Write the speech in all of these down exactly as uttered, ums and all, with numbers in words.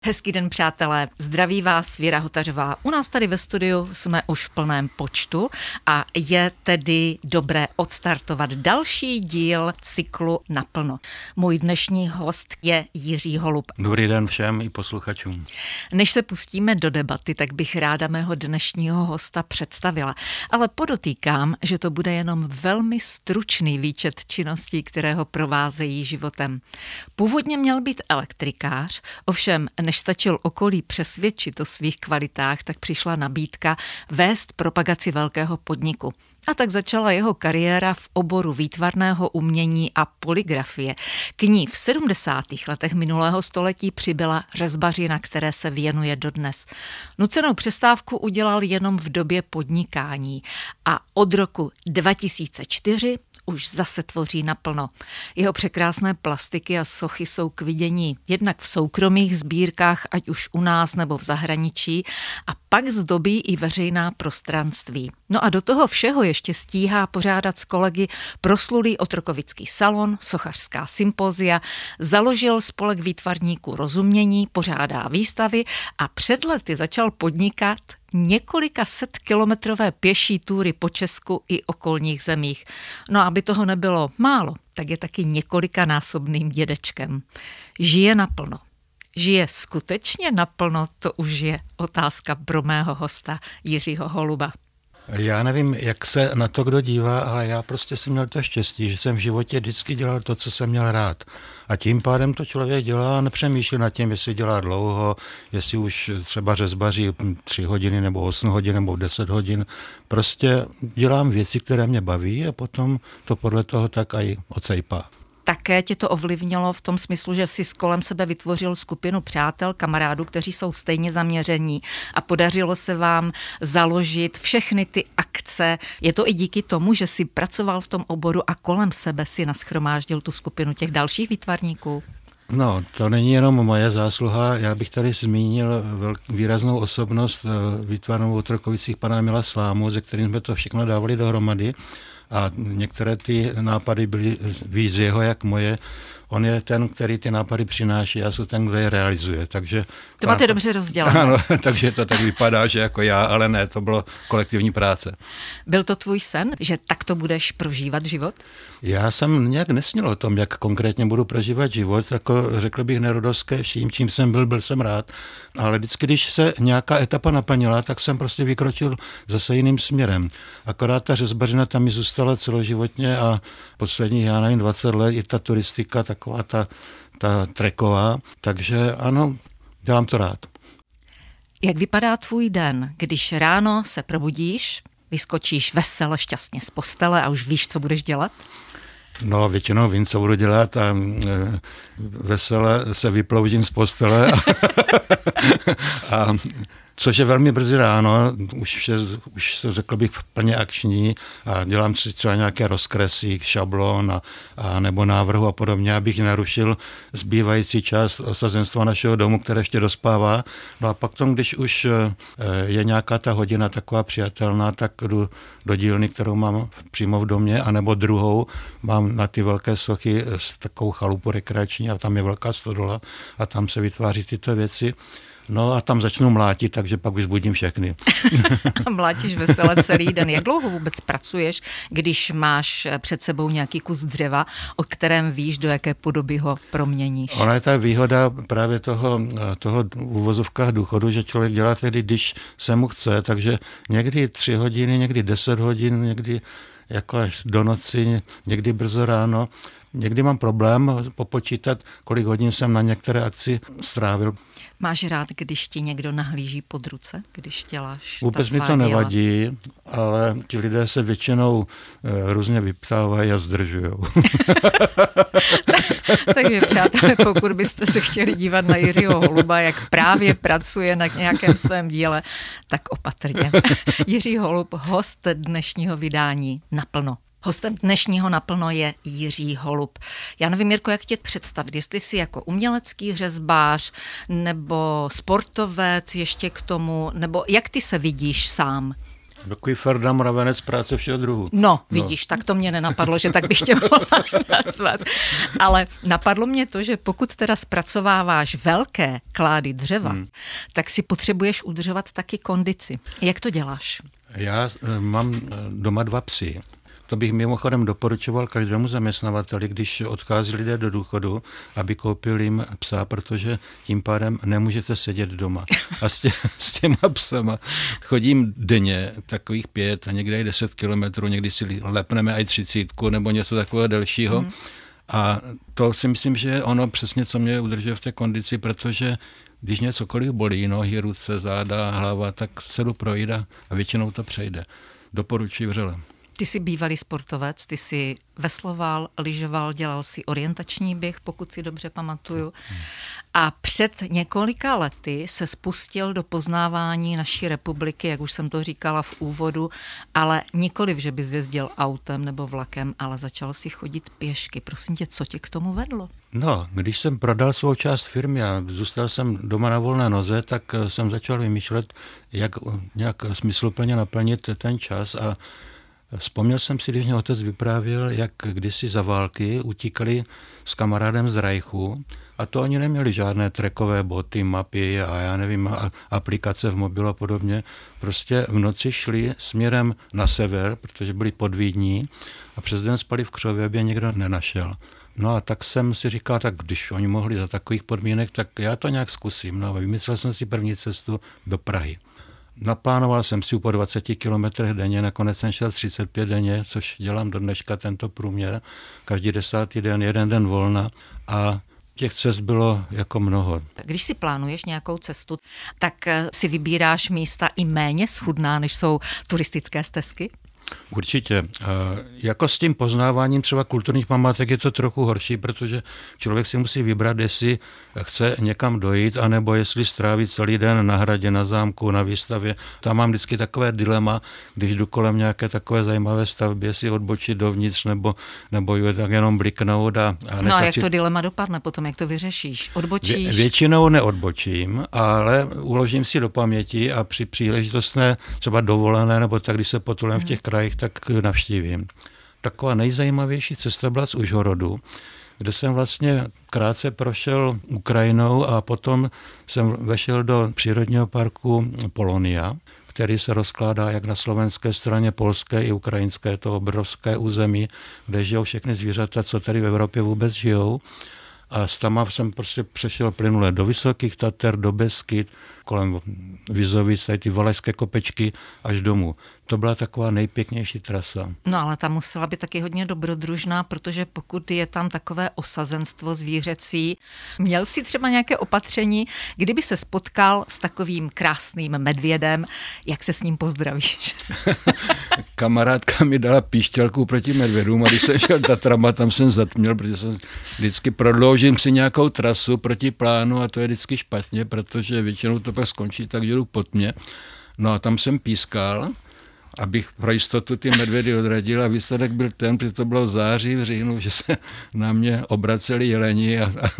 Hezký den, přátelé. Zdraví vás Věra Hotařová. U nás tady ve studiu jsme už v plném počtu a je tedy dobré odstartovat další díl cyklu Naplno. Můj dnešní host je Jiří Holub. Dobrý den všem i posluchačům. Než se pustíme do debaty, tak bych ráda mého dnešního hosta představila. Ale podotýkám, že to bude jenom velmi stručný výčet činností, které ho provázejí životem. Původně měl být elektrikář, ovšem než stačil okolí přesvědčit o svých kvalitách, tak přišla nabídka vést propagaci velkého podniku. A tak začala jeho kariéra v oboru výtvarného umění a polygrafie. K ní v sedmdesátých letech minulého století přibyla řezbařina, které se věnuje dodnes. Nucenou přestávku udělal jenom v době podnikání a od roku dva tisíce čtyři už zase tvoří naplno. Jeho překrásné plastiky a sochy jsou k vidění jednak v soukromých sbírkách, ať už u nás nebo v zahraničí, a pak zdobí i veřejná prostranství. No a do toho všeho ještě stíhá pořádat s kolegy proslulý otrokovický salon, sochařská sympózia, založil spolek výtvarníků Rozumění, pořádá výstavy a před lety začal podnikat několika set kilometrové pěší túry po Česku i okolních zemích. No a aby toho nebylo málo, tak je taky několikanásobným dědečkem. Žije naplno. Žije skutečně naplno, to už je otázka pro mého hosta Jiřího Holuba. Já nevím, jak se na to kdo dívá, ale já prostě jsem měl to štěstí, že jsem v životě vždycky dělal to, co jsem měl rád. A tím pádem to člověk dělá a nepřemýšlí nad tím, jestli dělá dlouho, jestli už třeba řezbaří tři hodiny nebo osm hodin nebo deset hodin. Prostě dělám věci, které mě baví a potom to podle toho tak aj ocejpá. Také tě to ovlivnilo v tom smyslu, že jsi kolem sebe vytvořil skupinu přátel, kamarádů, kteří jsou stejně zaměření a podařilo se vám založit všechny ty akce. Je to i díky tomu, že jsi pracoval v tom oboru a kolem sebe si nashromáždil tu skupinu těch dalších výtvarníků? No, to není jenom moje zásluha. Já bych tady zmínil velk, výraznou osobnost výtvarnou Otrokovicích pana Emila Slámu, ze kterým jsme to všechno dávali dohromady. A některé ty nápady byly víc jeho jak moje. On je ten, který ty nápady přináší, já jsem ten, kdo je realizuje. Takže to máte dobře rozdělené. Ano, takže to tak vypadá, že jako já, ale ne, to bylo kolektivní práce. Byl to tvůj sen, že takto budeš prožívat život? Já jsem nějak nesnil o tom, jak konkrétně budu prožívat život, jako řekl bych nerodovské, vším, čím jsem byl, byl jsem rád, ale vždycky, když se nějaká etapa naplnila, tak jsem prostě vykročil zase jiným směrem. Akorát ta řezbařina tam mi zůstala celoživotně a posledních, já nevím, dvacet let i ta turistika, taková ta, ta treková, takže ano, dělám to rád. Jak vypadá tvůj den, když ráno se probudíš, vyskočíš vesele, šťastně z postele a už víš, co budeš dělat? No, většinou vím, co budu dělat a e, vesele se vyploudím z postele a, a což je velmi brzy ráno, už, vše, už se řekl bych plně akční a dělám si třeba nějaké rozkresy, šablon a, a nebo návrhu a podobně, abych narušil zbývající část osazenstva našeho domu, které ještě dospává. No a pak tom, když už je nějaká ta hodina taková přijatelná, tak jdu do dílny, kterou mám přímo v domě, anebo druhou mám na ty velké sochy takovou chalupu rekreační a tam je velká stodola a tam se vytváří tyto věci. No a tam začnu mlátit, takže pak vyzbudím všechny. Mlátíš vesele celý den. Jak dlouho vůbec pracuješ, když máš před sebou nějaký kus dřeva, o kterém víš, do jaké podoby ho proměníš? Ona je ta výhoda právě toho, toho v uvozovkách důchodu, že člověk dělá tedy, když se mu chce, takže někdy tři hodiny, někdy deset hodin, někdy jako až do noci, někdy brzo ráno. Někdy mám problém popočítat, kolik hodin jsem na některé akci strávil. Máš rád, když ti někdo nahlíží pod ruce, když děláš Vůbec mi to nevadí, děla? Ale ti lidé se většinou e, různě vyptávají a zdržujou. Takže přátelé, pokud byste se chtěli dívat na Jiřího Holuba, jak právě pracuje na nějakém svém díle, tak opatrně. Jiří Holub, host dnešního vydání Naplno. Hostem dnešního Naplno je Jiří Holub. Já nevím, Jirko, jak tě představit, jestli jsi jako umělecký řezbář nebo sportovec ještě k tomu, nebo jak ty se vidíš sám? Takový Ferda Mravenec, práce všeho druhu. No, vidíš, no. Tak to mě nenapadlo, že tak bych tě mohla nazvat. Ale napadlo mě to, že pokud teda zpracováváš velké klády dřeva, hmm. tak si potřebuješ udržovat taky kondici. Jak to děláš? Já mám doma dva psy. To bych mimochodem doporučoval každému zaměstnavateli, když odchází lidé do důchodu, aby koupil jim psa, protože tím pádem nemůžete sedět doma. A s, tě, s těma psama chodím denně, takových pět a někde i deset kilometrů, někdy si lepneme i třicítku nebo něco takového delšího. Hmm. A to si myslím, že je ono přesně, co mě udržuje v té kondici, protože když mě cokoliv bolí, nohy, ruce, záda, hlava, tak se jdu projít a většinou to přejde. Doporučuji vřele. Ty jsi bývalý sportovec, ty jsi vesloval, lyžoval, dělal si orientační běh, pokud si dobře pamatuju. A před několika lety se spustil do poznávání naší republiky, jak už jsem to říkala v úvodu, ale nikoliv, že bys jezdil autem nebo vlakem, ale začal si chodit pěšky. Prosím tě, co tě k tomu vedlo? No, když jsem prodal svou část firmy a zůstal jsem doma na volné noze, tak jsem začal vymýšlet, jak nějak smysluplně naplnit ten čas a vzpomněl jsem si, když mě otec vyprávěl, jak kdysi za války utíkali s kamarádem z Reichu a to oni neměli žádné trekové boty, mapy a já nevím, a aplikace v mobilu a podobně. Prostě v noci šli směrem na sever, protože byli pod Vídní a přes den spali v křově, aby je nikdo nenašel. No a tak jsem si říkal, tak když oni mohli za takových podmínek, tak já to nějak zkusím. No a vymyslel jsem si první cestu do Prahy. Naplánoval jsem si po dvaceti kilometrech denně, nakonec jsem šel třicet pět denně, což dělám do dneška tento průměr. Každý desátý den, jeden den volna a těch cest bylo jako mnoho. Když si plánuješ nějakou cestu, tak si vybíráš místa i méně schudná, než jsou turistické stezky? Určitě. Jako s tím poznáváním třeba kulturních památek je to trochu horší, protože člověk si musí vybrat, jestli chce někam dojít, anebo jestli stráví celý den na hradě, na zámku, na výstavě. Tam mám vždycky takové dilema, když jdu kolem nějaké takové zajímavé stavby, jestli odbočit dovnitř, nebo, nebo jo, tak jenom bliknout. A, a no a jak si... to dilema dopadne potom, jak to vyřešíš? Odbočíš? Vě, většinou neodbočím, ale uložím si do paměti a při příležitostné třeba dovolené, nebo tak, když se potulem hmm. v těch krajích, tak navštívím. Taková nejzajímavější cesta byla z Užhorodu, kde jsem vlastně krátce prošel Ukrajinou a potom jsem vešel do přírodního parku Polonia, který se rozkládá jak na slovenské straně, polské i ukrajinské, to obrovské území, kde žijou všechny zvířata, co tady v Evropě vůbec žijou. A z tam jsem prostě přešel plynule do Vysokých Tater, do Beskyd, kolem Vizovic, tady ty Valašské kopečky až domů. To byla taková nejpěknější trasa. No ale ta musela být taky hodně dobrodružná, protože pokud je tam takové osazenstvo zvířecí, měl si třeba nějaké opatření, kdyby se spotkal s takovým krásným medvědem, jak se s ním pozdravíš? Kamarádka mi dala píšťalku proti medvědům a když jsem šel Tatrama, tam jsem zatměl, protože jsem vždycky prodloužím si nějakou trasu proti plánu a to je vždycky špatně, protože většinou to pak skončí tak, že jdu pod mě. No a tam jsem pískal, abych pro jistotu ty medvědy odradil a výsledek byl ten, protože to bylo v září, v říjnu, že se na mě obraceli jeleni. A, a...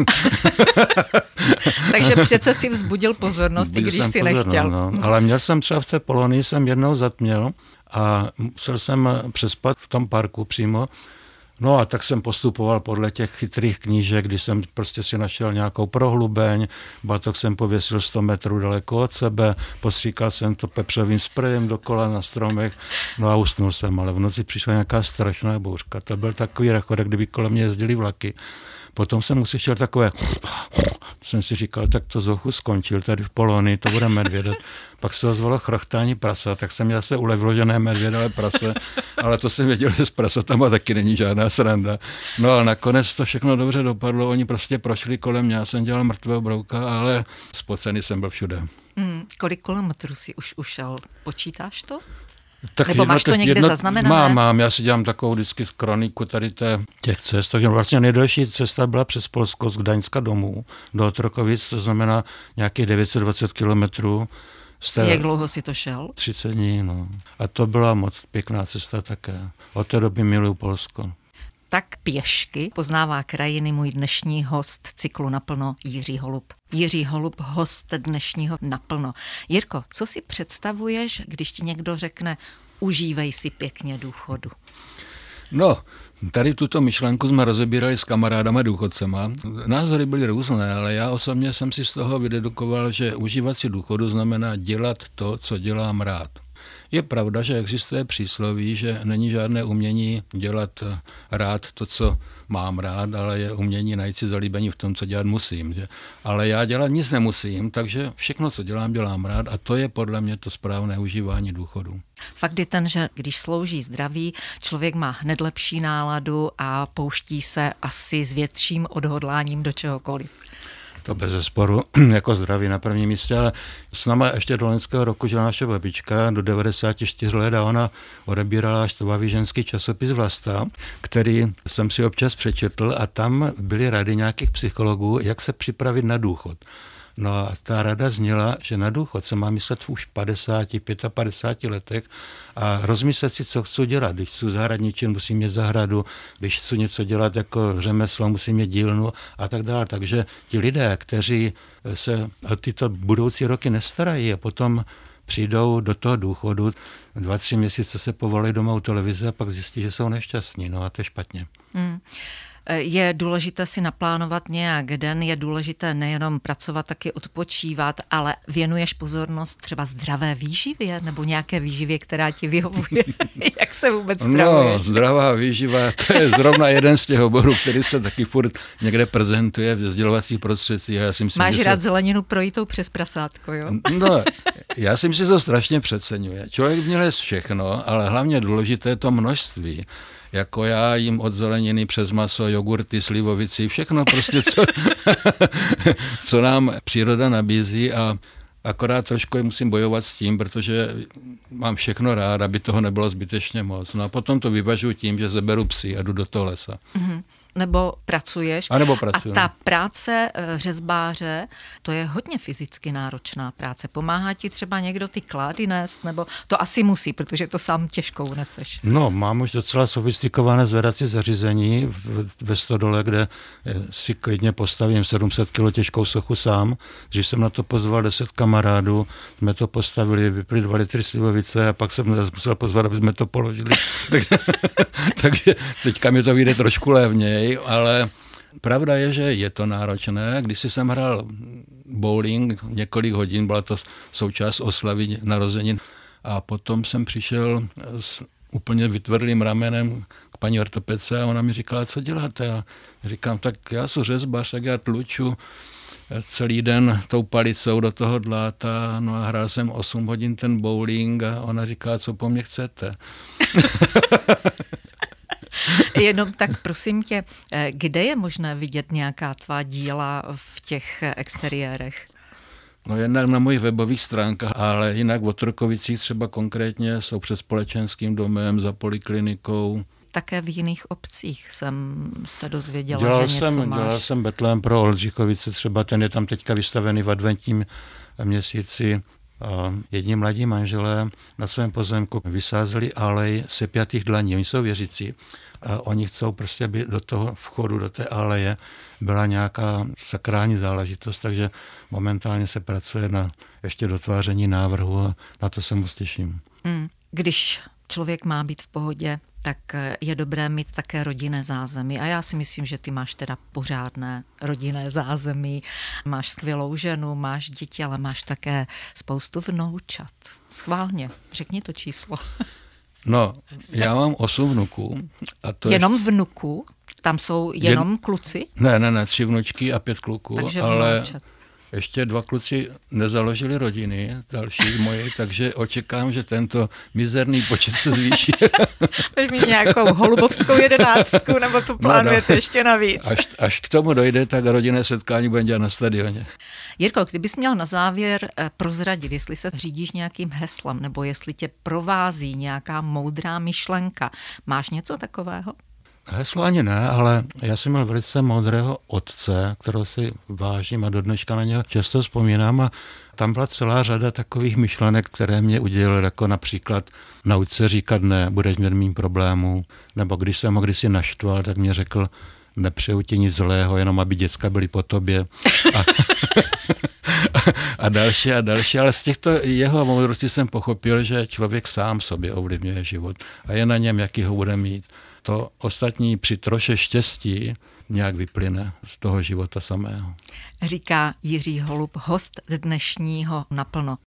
Takže přece si vzbudil pozornost, i když si nechtěl. No. Ale měl jsem třeba v té Polonii, jsem jednou zatměl a musel jsem přespat v tom parku přímo. No a tak jsem postupoval podle těch chytrých knížek, kdy jsem prostě si našel nějakou prohlubeň, batok jsem pověsil sto metrů daleko od sebe, postříkal jsem to pepřovým sprejem dokola na stromech, no a usnul jsem, ale v noci přišla nějaká strašná bouřka. To byl takový rachot, kdyby kolem mě jezdili vlaky. Potom jsem uslyšel takové, jsem si říkal, tak to zochu skončil tady v Polonii, to bude medvěd. Pak se ozvalo chrochtání prasa, tak jsem zase ulevil, že ne medvěd, ale prase, ale to jsem věděl, že s prasatama taky není žádná sranda. No a nakonec to všechno dobře dopadlo, oni prostě prošli kolem mě, já jsem dělal mrtvého brouka, ale spocený jsem byl všude. Hmm, kolik kilometrů si už ušel? Počítáš to? Tak Nebo máš to někde jedno, zaznamenané? Mám, mám, já si dělám takovou vždycky kroniku tady té, těch cest, takže vlastně nejdelší cesta byla přes Polsko z Gdaňska domů do Otrokovic, to znamená nějakých devět set dvacet kilometrů. Jak dlouho si to šel? třicet dní, no. A to byla moc pěkná cesta také. Od té doby miluju Polsko. tak pěšky poznává krajiny můj dnešní host cyklu Naplno Jiří Holub. Jiří Holub, host dnešního Naplno. Jirko, co si představuješ, když ti někdo řekne užívej si pěkně důchodu? No, tady tuto myšlenku jsme rozebírali s kamarádama důchodcema. Názory byly různé, ale já osobně jsem si z toho vydedukoval, že užívat si důchodu znamená dělat to, co dělám rád. Je pravda, že existuje přísloví, že není žádné umění dělat rád to, co mám rád, ale je umění najít si zalíbení v tom, co dělat musím. Že? Ale já dělat nic nemusím, takže všechno, co dělám, dělám rád a to je podle mě to správné užívání důchodu. Fakt je ten, že když slouží zdraví, člověk má hned lepší náladu a pouští se asi s větším odhodláním do čehokoliv. To bezesporu jako zdraví na prvním místě, ale s náma ještě do loňského roku žila naše babička do devadesáti čtyř let a ona odebírala až tovavý ženský časopis Vlasta, který jsem si občas přečetl a tam byly rady nějakých psychologů, jak se připravit na důchod. No a ta rada zněla, že na důchod se má myslet v už padesáti, pětapadesáti letech a rozmyslet si, co chci dělat. Když chci zahradničit, musím mít zahradu, když chci něco dělat jako řemeslo, musím mít dílnu a tak dále. Takže ti lidé, kteří se tyto budoucí roky nestarají a potom přijdou do toho důchodu, dva, tři měsíce se povolají doma u televize a pak zjistí, že jsou nešťastní. No a to je špatně. Hmm. Je důležité si naplánovat nějak den, je důležité nejenom pracovat, taky odpočívat, ale věnuješ pozornost třeba zdravé výživě nebo nějaké výživě, která ti vyhovuje? Jak se vůbec stravuješ? No, zdravá výživa, to je zrovna jeden z těch oborů, který se taky furt někde prezentuje v sdělovacích prostředcích. Já si myslím, Máš že rád se... zeleninu projitou přes prasátko, jo? No, já si myslím, že to strašně přeceňuje. Člověk měl jíst všechno, ale hlavně důležité je to množství. Jako já jim od zeleniny přes maso, jogurty, slivovici, všechno prostě, co, co nám příroda nabízí a akorát trošku musím bojovat s tím, protože mám všechno rád, aby toho nebylo zbytečně moc. No a potom to vyvažuji tím, že zeberu psy a jdu do toho lesa. Mm-hmm. Nebo pracuješ. A nebo pracuji. A ta práce řezbáře, to je hodně fyzicky náročná práce. Pomáhá ti třeba někdo ty klády nést, nebo to asi musí, protože to sám těžko uneseš. No, mám už docela sofistikované zvedací zařízení ve stodole, kde si klidně postavím sedm set kilo těžkou sochu sám. Když jsem na to pozval deset kamarádů, jsme to postavili, vypili dva litry slivovice a pak jsem zase musel pozvat, aby jsme to položili. Takže teďka mi to vyjde trošku levněji. Ale pravda je, že je to náročné. Když jsem hrál bowling několik hodin, byla to součást oslavy narozenin a potom jsem přišel s úplně vytvrdlým ramenem k paní ortopedce a ona mi říkala, co děláte? A říkám, tak já jsem řezbař, tak já tluču celý den tou palicou do toho dláta, no a hrál jsem osm hodin ten bowling a ona říká, co po mně chcete? Jenom tak prosím tě, kde je možné vidět nějaká tvá díla v těch exteriérech? No jednak na mojich webových stránkách, ale jinak v Otrokovicích třeba konkrétně jsou před Společenským domem, za poliklinikou. Také v jiných obcích jsem se dozvěděla, dělal že něco jsem, máš. Dělal jsem Betlém pro Oldřichovice, třeba ten je tam teďka vystavený v adventním měsíci. A jedni mladí manželé na svém pozemku vysázeli alej sepjatých dlaní. Oni jsou věřící a oni chcou prostě, aby do toho vchodu, do té aleje byla nějaká sakrální záležitost, takže momentálně se pracuje na ještě dotváření návrhu a na to se moc těším. Hmm. Když člověk má být v pohodě, tak je dobré mít také rodinné zázemí. A já si myslím, že ty máš teda pořádné rodinné zázemí. Máš skvělou ženu, máš děti, ale máš také spoustu vnoučat. Schválně, řekni to číslo. No, já mám osm vnuků. A to jenom ještě... vnuků? Tam jsou jenom Jed... kluci? Ne, ne, ne, tři vnučky a pět kluků. Takže ale... vnoučat. Ještě dva kluci nezaložili rodiny, další moji, takže očekám, že tento mizerný počet se zvýší. Budeš mít nějakou holubovskou jedenáctku, nebo to plánujete no, no. ještě navíc? Až, až k tomu dojde, tak rodinné setkání budeme dělat na stadioně. Jirko, kdybys měl na závěr prozradit, jestli se řídíš nějakým heslem, nebo jestli tě provází nějaká moudrá myšlenka, máš něco takového? Heslo ani ne, ale já jsem měl velice moudrého otce, kterého si vážím a do dneška na něho často vzpomínám a tam byla celá řada takových myšlenek, které mě udělily, jako například nauč se říkat ne, budeš mít mým problémů, nebo když jsem ho kdysi naštval, tak mě řekl, nepřeju ti nic zlého, jenom aby děcka byly po tobě. A, a další a další, ale z těchto jeho moudrosti jsem pochopil, že člověk sám sobě ovlivňuje život a je na něm, jaký ho bude mít. To ostatní při troše štěstí nějak vyplyne z toho života samého. Říká Jiří Holub, host dnešního Naplno.